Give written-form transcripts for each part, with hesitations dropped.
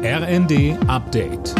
RND Update.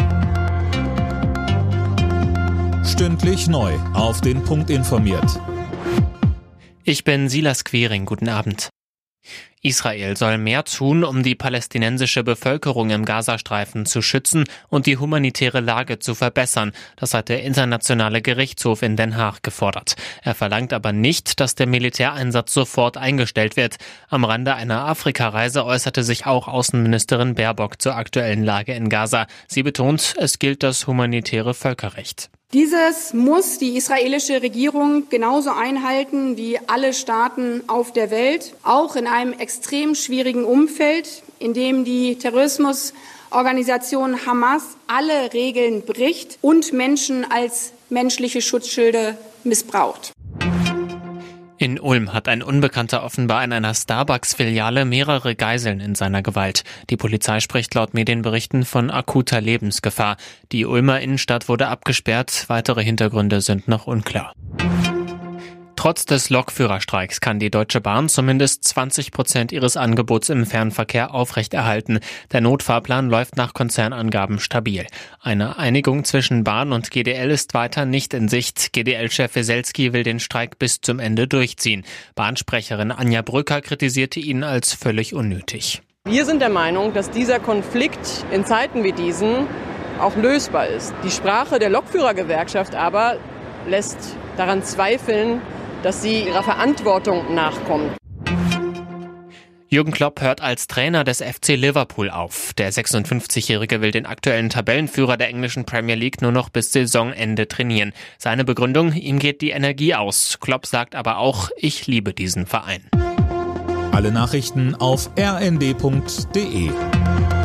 Stündlich neu auf den Punkt informiert. Ich bin Silas Quering, guten Abend. Israel soll mehr tun, um die palästinensische Bevölkerung im Gazastreifen zu schützen und die humanitäre Lage zu verbessern. Das hat der Internationale Gerichtshof in Den Haag gefordert. Er verlangt aber nicht, dass der Militäreinsatz sofort eingestellt wird. Am Rande einer Afrikareise äußerte sich auch Außenministerin Baerbock zur aktuellen Lage in Gaza. Sie betont, es gilt das humanitäre Völkerrecht. Dieses muss die israelische Regierung genauso einhalten wie alle Staaten auf der Welt, auch in einem extrem schwierigen Umfeld, in dem die Terrorismusorganisation Hamas alle Regeln bricht und Menschen als menschliche Schutzschilde missbraucht. In Ulm hat ein Unbekannter offenbar in einer Starbucks-Filiale mehrere Geiseln in seiner Gewalt. Die Polizei spricht laut Medienberichten von akuter Lebensgefahr. Die Ulmer Innenstadt wurde abgesperrt, weitere Hintergründe sind noch unklar. Trotz des Lokführerstreiks kann die Deutsche Bahn zumindest 20% ihres Angebots im Fernverkehr aufrechterhalten. Der Notfahrplan läuft nach Konzernangaben stabil. Eine Einigung zwischen Bahn und GDL ist weiter nicht in Sicht. GDL-Chef Weselski will den Streik bis zum Ende durchziehen. Bahnsprecherin Anja Brücker kritisierte ihn als völlig unnötig. Wir sind der Meinung, dass dieser Konflikt in Zeiten wie diesen auch lösbar ist. Die Sprache der Lokführergewerkschaft aber lässt daran zweifeln, dass sie ihrer Verantwortung nachkommt. Jürgen Klopp hört als Trainer des FC Liverpool auf. Der 56-Jährige will den aktuellen Tabellenführer der englischen Premier League nur noch bis Saisonende trainieren. Seine Begründung, ihm geht die Energie aus. Klopp sagt aber auch, ich liebe diesen Verein. Alle Nachrichten auf rnd.de.